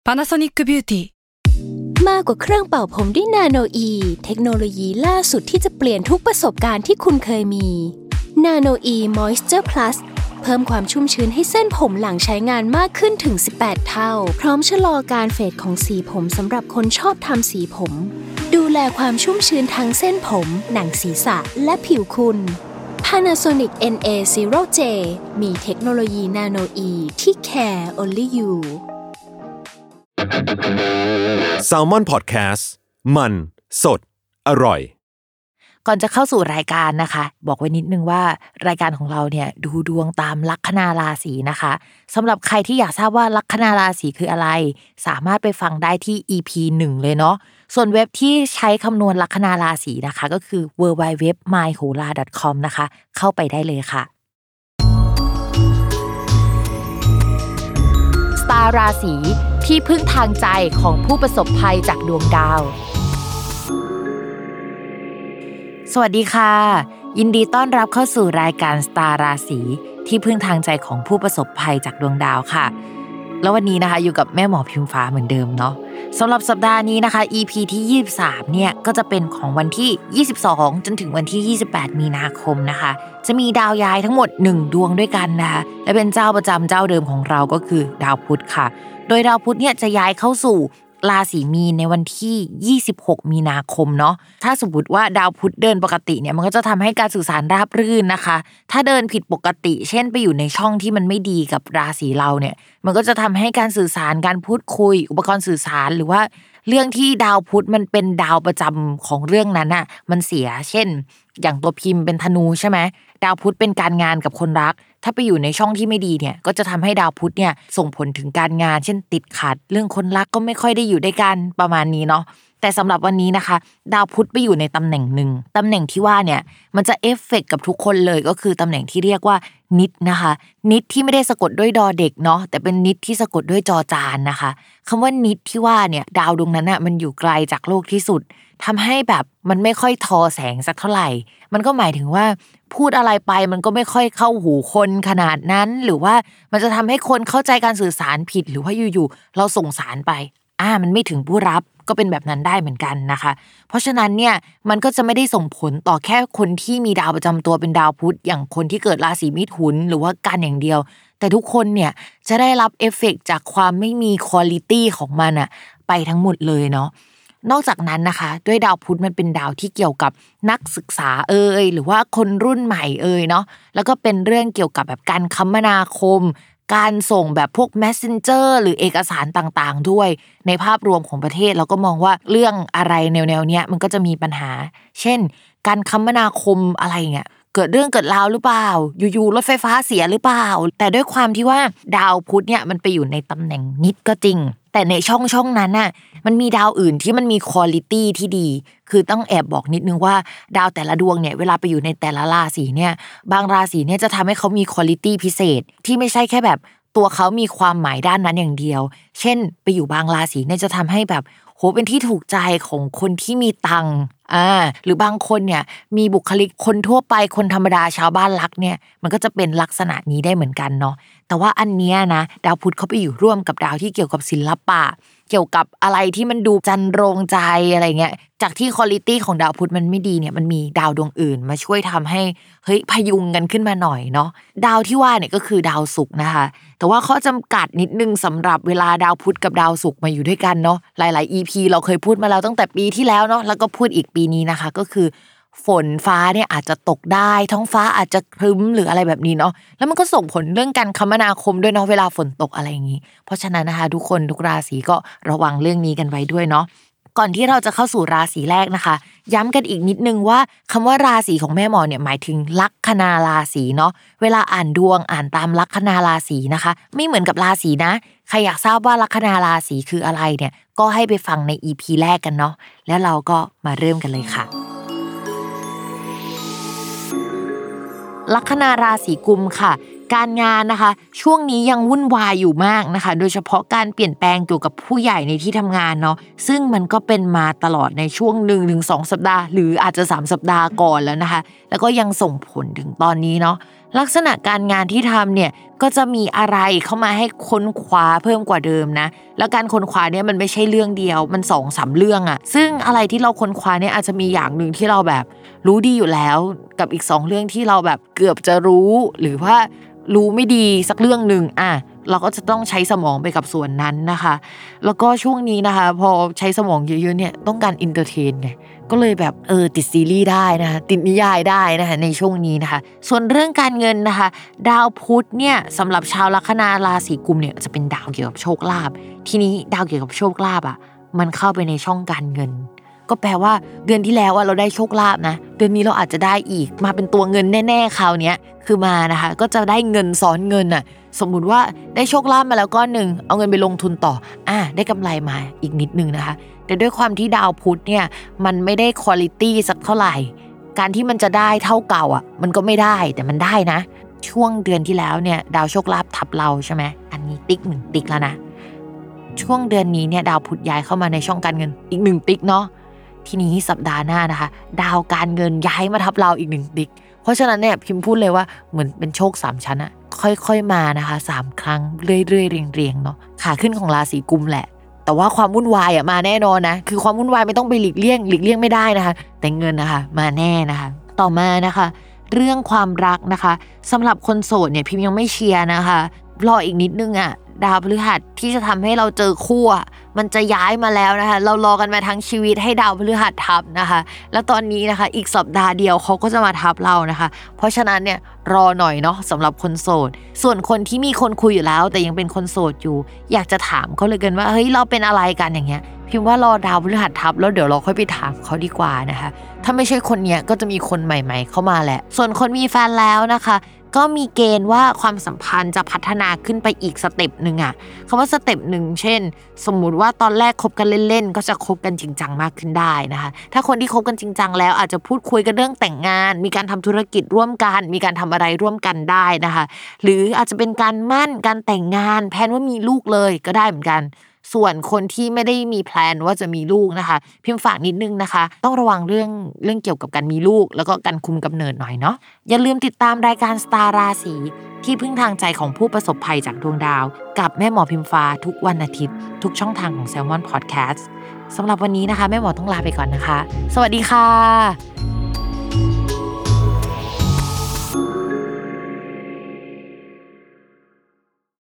Panasonic Beauty มากกว่าเครื่องเป่าผมด้วยนาโนอีเทคโนโลยีล่าสุดที่จะเปลี่ยนทุกประสบการณ์ที่คุณเคยมีนาโนอีมอยส์เจอร์พลัสเพิ่มความชุ่มชื้นให้เส้นผมหลังใช้งานมากขึ้นถึง18เท่าพร้อมชะลอการเฟดของสีผมสำหรับคนชอบทำสีผมดูแลความชุ่มชื้นทั้งเส้นผมหนังศีรษะและผิวคุณ Panasonic NA0J มีเทคโนโลยีนาโนอีที่ care only you Salmon Podcast มันสดอร่อยก่อนจะเข้าสู่รายการนะคะบอกไว้นิดนึงว่ารายการของเราเนี่ยดูดวงตามลัคนาราศีนะคะสำหรับใครที่อยากทราบว่าลัคนาราศีคืออะไรสามารถไปฟังได้ที่ EP 1 เลยเนาะส่วนเว็บที่ใช้คำนวณลัคนาราศีนะคะก็คือ www.myhola.com นะคะเข้าไปได้เลยค่ะสตาร์ราศีที่พึ่งทางใจของผู้ประสบภัยจากดวงดาวสวัสดีค่ะยินดีต้อนรับเข้าสู่รายการสตาร์ราศีที่พึ่งทางใจของผู้ประสบภัยจากดวงดาวค่ะแล้ววันนี้นะคะอยู่กับแม่หมอพิมฟ้าเหมือนเดิมเนาะสำหรับสัปดาห์นี้นะคะ EP ที่23เนี่ยก็จะเป็นของวันที่22จนถึงวันที่28มีนาคมนะคะจะมีดาวย้ายทั้งหมด1ดวงด้วยกันนะคะและเป็นเจ้าประจำเจ้าเดิมของเราก็คือดาวพุธค่ะโดยดาวพุธเนี่ยจะย้ายเข้าสู่ราศีมีนในวันที่26มีนาคมเนาะถ้าสมมติว่าดาวพุธเดินปกติเนี่ยมันก็จะทำให้การสื่อสารราบรื่นนะคะถ้าเดินผิดปกติเช่นไปอยู่ในช่องที่มันไม่ดีกับราศีเราเนี่ยมันก็จะทำให้การสื่อสารการพูดคุยอุปกรณ์สื่อสารหรือว่าเรื่องที่ดาวพุธมันเป็นดาวประจำของเรื่องนั้นน่ะมันเสียเช่นอย่างตัวพิมพ์เป็นธนูใช่ไหมดาวพุธเป็นการงานกับคนรักถ้าไปอยู่ในช่องที่ไม่ดีเนี่ยก็จะทำให้ดาวพุธเนี่ยส่งผลถึงการงานเช่นติดขัดเรื่องคนรักก็ไม่ค่อยได้อยู่ด้วยกันประมาณนี้เนาะแต่สำหรับวันนี้นะคะดาวพุธไปอยู่ในตำแหน่งหนึ่งตำแหน่งที่ว่าเนี่ยมันจะเอฟเฟคกับทุกคนเลยก็คือตำแหน่งที่เรียกว่านิดนะคะนิดที่ไม่ได้สะกดด้วยดอเด็กเนาะแต่เป็นนิดที่สะกดด้วยจอจานนะคะคำว่านิดที่ว่าเนี่ยดาวดวงนั้นน่ะมันอยู่ไกลจากโลกที่สุดทำให้แบบมันไม่ค่อยทอแสงสักเท่าไหร่มันก็หมายถึงว่าพูดอะไรไปมันก็ไม่ค่อยเข้าหูคนขนาดนั้นหรือว่ามันจะทำให้คนเข้าใจการสื่อสารผิดหรือว่าอยู่ๆเราส่งสารไปมันไม่ถึงผู้รับก็เป็นแบบนั้นได้เหมือนกันนะคะเพราะฉะนั้นเนี่ยมันก็จะไม่ได้ส่งผลต่อแค่คนที่มีดาวประจำตัวเป็นดาวพุธอย่างคนที่เกิดราศีมิถุนหรือว่ากันอย่างเดียวแต่ทุกคนเนี่ยจะได้รับเอฟเฟกต์จากความไม่มีควอลิตี้ของมันไปทั้งหมดเลยเนาะนอกจากนั้นนะคะด้วยดาวพุธมันเป็นดาวที่เกี่ยวกับนักศึกษาหรือว่าคนรุ่นใหม่เนาะแล้วก็เป็นเรื่องเกี่ยวกับแบบการคมนาคมการส่งแบบพวก Messenger หรือเอกสารต่างๆด้วยในภาพรวมของประเทศเราก็มองว่าเรื่องอะไรแนวๆเนี้ยมันก็จะมีปัญหาเช่นการคมนาคมอะไรเงี้ยเกิดเรื่องเกิดราวหรือเปล่าอยู่ๆรถไฟฟ้าเสียหรือเปล่าแต่ด้วยความที่ว่าดาวพุธเนี่ยมันไปอยู่ในตำแหน่งนิดก็จริงแต่ในช่องนั้นน่ะมันมีดาวอื่นที่มันมีควอลิตี้ที่ดีคือต้องแอบบอกนิดนึงว่าดาวแต่ละดวงเนี่ยเวลาไปอยู่ในแต่ละราศีเนี่ยบางราศีเนี่ยจะทำให้เขามีควอลิตี้พิเศษที่ไม่ใช่แค่แบบตัวเขามีความหมายด้านนั้นอย่างเดียวเช่นไปอยู่บางราศีเนี่ยจะทำให้แบบโหเป็นที่ถูกใจของคนที่มีตังค์หรือบางคนเนี่ยมีบุคลิกคนทั่วไปคนธรรมดาชาวบ้านรักเนี่ยมันก็จะเป็นลักษณะนี้ได้เหมือนกันเนาะแต่ว่าอันเนี้ยนะดาวพุธเขาไปอยู่ร่วมกับดาวที่เกี่ยวกับศิลปะเกี่ยวกับอะไรที่มันดูจันโรงใจอะไรเงี้ยจากที่ควอลิตี้ของดาวพุธมันไม่ดีเนี่ยมันมีดาวดวงอื่นมาช่วยทำให้พยุงกันขึ้นมาหน่อยเนาะดาวที่ว่าเนี่ยก็คือดาวศุกร์นะคะแต่ว่าข้อจำกัดนิดนึงสำหรับเวลาดาวพุธกับดาวศุกร์มาอยู่ด้วยกันเนาะหลายๆ EP เราเคยพูดมาแล้วตั้งแต่ปีที่แล้วเนาะแล้วก็พูดอีกปีนี้นะคะก็คือฝนฟ้าเนี่ยอาจจะตกได้ท้องฟ้าอาจจะครึ้มหรืออะไรแบบนี้เนาะแล้วมันก็ส่งผลเรื่องการคมนาคมด้วยเนาะเวลาฝนตกอะไรอย่างงี้เพราะฉะนั้นนะคะทุกคนทุกราศีก็ระวังเรื่องนี้กันไว้ด้วยเนาะก่อนที่เราจะเข้าสู่ราศีแรกนะคะย้ำกันอีกนิดนึงว่าคำว่าราศีของแม่หมอเนี่ยหมายถึงลัคนาราศีเนาะเวลาอ่านดวงอ่านตามลัคนาราศีนะคะไม่เหมือนกับราศีนะใครอยากทราบว่าลัคนาราศีคืออะไรเนี่ยก็ให้ไปฟังใน EP แรกกันเนาะแล้วเราก็มาเริ่มกันเลยค่ะลัคนาราศีกุมค่ะการงานนะคะช่วงนี้ยังวุ่นวายอยู่มากนะคะโดยเฉพาะการเปลี่ยนแปลงเกี่ยวกับผู้ใหญ่ในที่ทำงานเนาะซึ่งมันก็เป็นมาตลอดในช่วง 1-2 สัปดาห์หรืออาจจะ3สัปดาห์ก่อนแล้วนะคะแล้วก็ยังส่งผลถึงตอนนี้เนาะลักษณะการงานที่ทำเนี่ยก็จะมีอะไรเข้ามาให้ค้นคว้าเพิ่มกว่าเดิมนะแล้วการค้นคว้าเนี่ยมันไม่ใช่เรื่องเดียวมัน 2-3 เรื่องอ่ะซึ่งอะไรที่เราค้นคว้าเนี่ยอาจจะมีอย่างนึงที่เราแบบรู้ดีอยู่แล้วกับอีก2เรื่องที่เราแบบเกือบจะรู้หรือว่ารู้ไม่ดีสักเรื่องนึงเราก็จะต้องใช้สมองไปกับส่วนนั้นนะคะแล้วก็ช่วงนี้นะคะพอใช้สมองเยอะๆเนี่ยต้องการเอนเตอร์เทนไงก็เลยแบบติดซีรีส์ได้นะคะติดนิยายได้นะคะในช่วงนี้นะคะส่วนเรื่องการเงินนะคะดาวพุธเนี่ยสำหรับชาวลัคนาราศีกุมเนี่ยจะเป็นดาวเกี่ยวกับโชคลาภทีนี้ดาวเกี่ยวกับโชคลาภมันเข้าไปในช่องการเงินก็แปลว่าเดือนที่แล้วเราได้โชคลาภนะเดือนนี้เราอาจจะได้อีกมาเป็นตัวเงินแน่ๆคราวนี้คือมานะคะก็จะได้เงินซ้อนเงินสมมุติว่าได้โชคลาภมาแล้วก้อนนึงเอาเงินไปลงทุนต่อได้กำไรมาอีกนิดนึงนะคะแต่ด้วยความที่ดาวพุธเนี่ยมันไม่ได้ควอลิตี้สักเท่าไหร่การที่มันจะได้เท่าเก่ามันก็ไม่ได้แต่มันได้นะช่วงเดือนที่แล้วเนี่ยดาวโชคลาภทับเราใช่ไหมอันนี้ติ๊ก1ติ๊กแล้วนะช่วงเดือนนี้เนี่ยดาวพุธย้ายเข้ามาในช่องการเงินอีก1ติ๊กเนาะทีนี้สัปดาห์หน้านะคะดาวการเงินย้ายมาทับเราอีก1ติ๊กเพราะฉะนั้นเนี่ยพิมพ์พูดเลยว่าเหมือนเป็นโชค3ชั้นค่อยๆมานะคะ3ครั้งเรื่อยๆเรียงๆเนาะขาขึ้นของราศีกุมแหละแต่ว่าความวุ่นวายมาแน่นอนนะคือความวุ่นวายไม่ต้องไปหลีกเลี่ยงไม่ได้นะคะแต่เงินนะคะมาแน่นะคะต่อมานะคะเรื่องความรักนะคะสำหรับคนโสดเนี่ยพิมพ์ยังไม่เชียร์นะคะรออีกนิดนึงดาวพฤหัสที่จะทำให้เราเจอคู่มันจะย้ายมาแล้วนะคะเรารอกันมาทั้งชีวิตให้ดาวพฤหัสทับนะคะแล้วตอนนี้นะคะอีกสัปดาห์เดียวเขาก็จะมาทับเรานะคะเพราะฉะนั้นเนี่ยรอหน่อยเนาะสำหรับคนโสดส่วนคนที่มีคนคุยอยู่แล้วแต่ยังเป็นคนโสดอยู่อยากจะถามเขาเลยกันว่าเฮ้ยเราเป็นอะไรกันอย่างเงี้ยพิมพ์ว่ารอดาวพฤหัสทับแล้วเดี๋ยวเราค่อยไปถามเขาดีกว่านะคะถ้าไม่ใช่คนเนี้ยก็จะมีคนใหม่ๆเข้ามาแหละส่วนคนมีแฟนแล้วนะคะก็มีเกณฑ์ว่าความสัมพันธ์จะพัฒนาขึ้นไปอีกสเต็ปนึงคำว่าสเต็ปนึงเช่นสมมุติว่าตอนแรกคบกันเล่นๆก็จะคบกันจริงจังมากขึ้นได้นะคะถ้าคนที่คบกันจริงจังแล้วอาจจะพูดคุยกันเรื่องแต่งงานมีการทำธุรกิจร่วมกันมีการทำอะไรร่วมกันได้นะคะหรืออาจจะเป็นการมั่นการแต่งงานแพลนว่ามีลูกเลยก็ได้เหมือนกันส่วนคนที่ไม่ได้มีแพลนว่าจะมีลูกนะคะพิมพ์ฝากนิดนึงนะคะต้องระวังเรื่องเกี่ยวกับการมีลูกแล้วก็การคุมกำเนิดหน่อยเนาะอย่าลืมติดตามรายการสตาร์ราศีที่พึ่งทางใจของผู้ประสบภัยจากดวงดาวกับแม่หมอพิมฟ้าทุกวันอาทิตย์ทุกช่องทางของ Salmon Podcast สำหรับวันนี้นะคะแม่หมอต้องลาไปก่อนนะคะสวัสดีค่ะ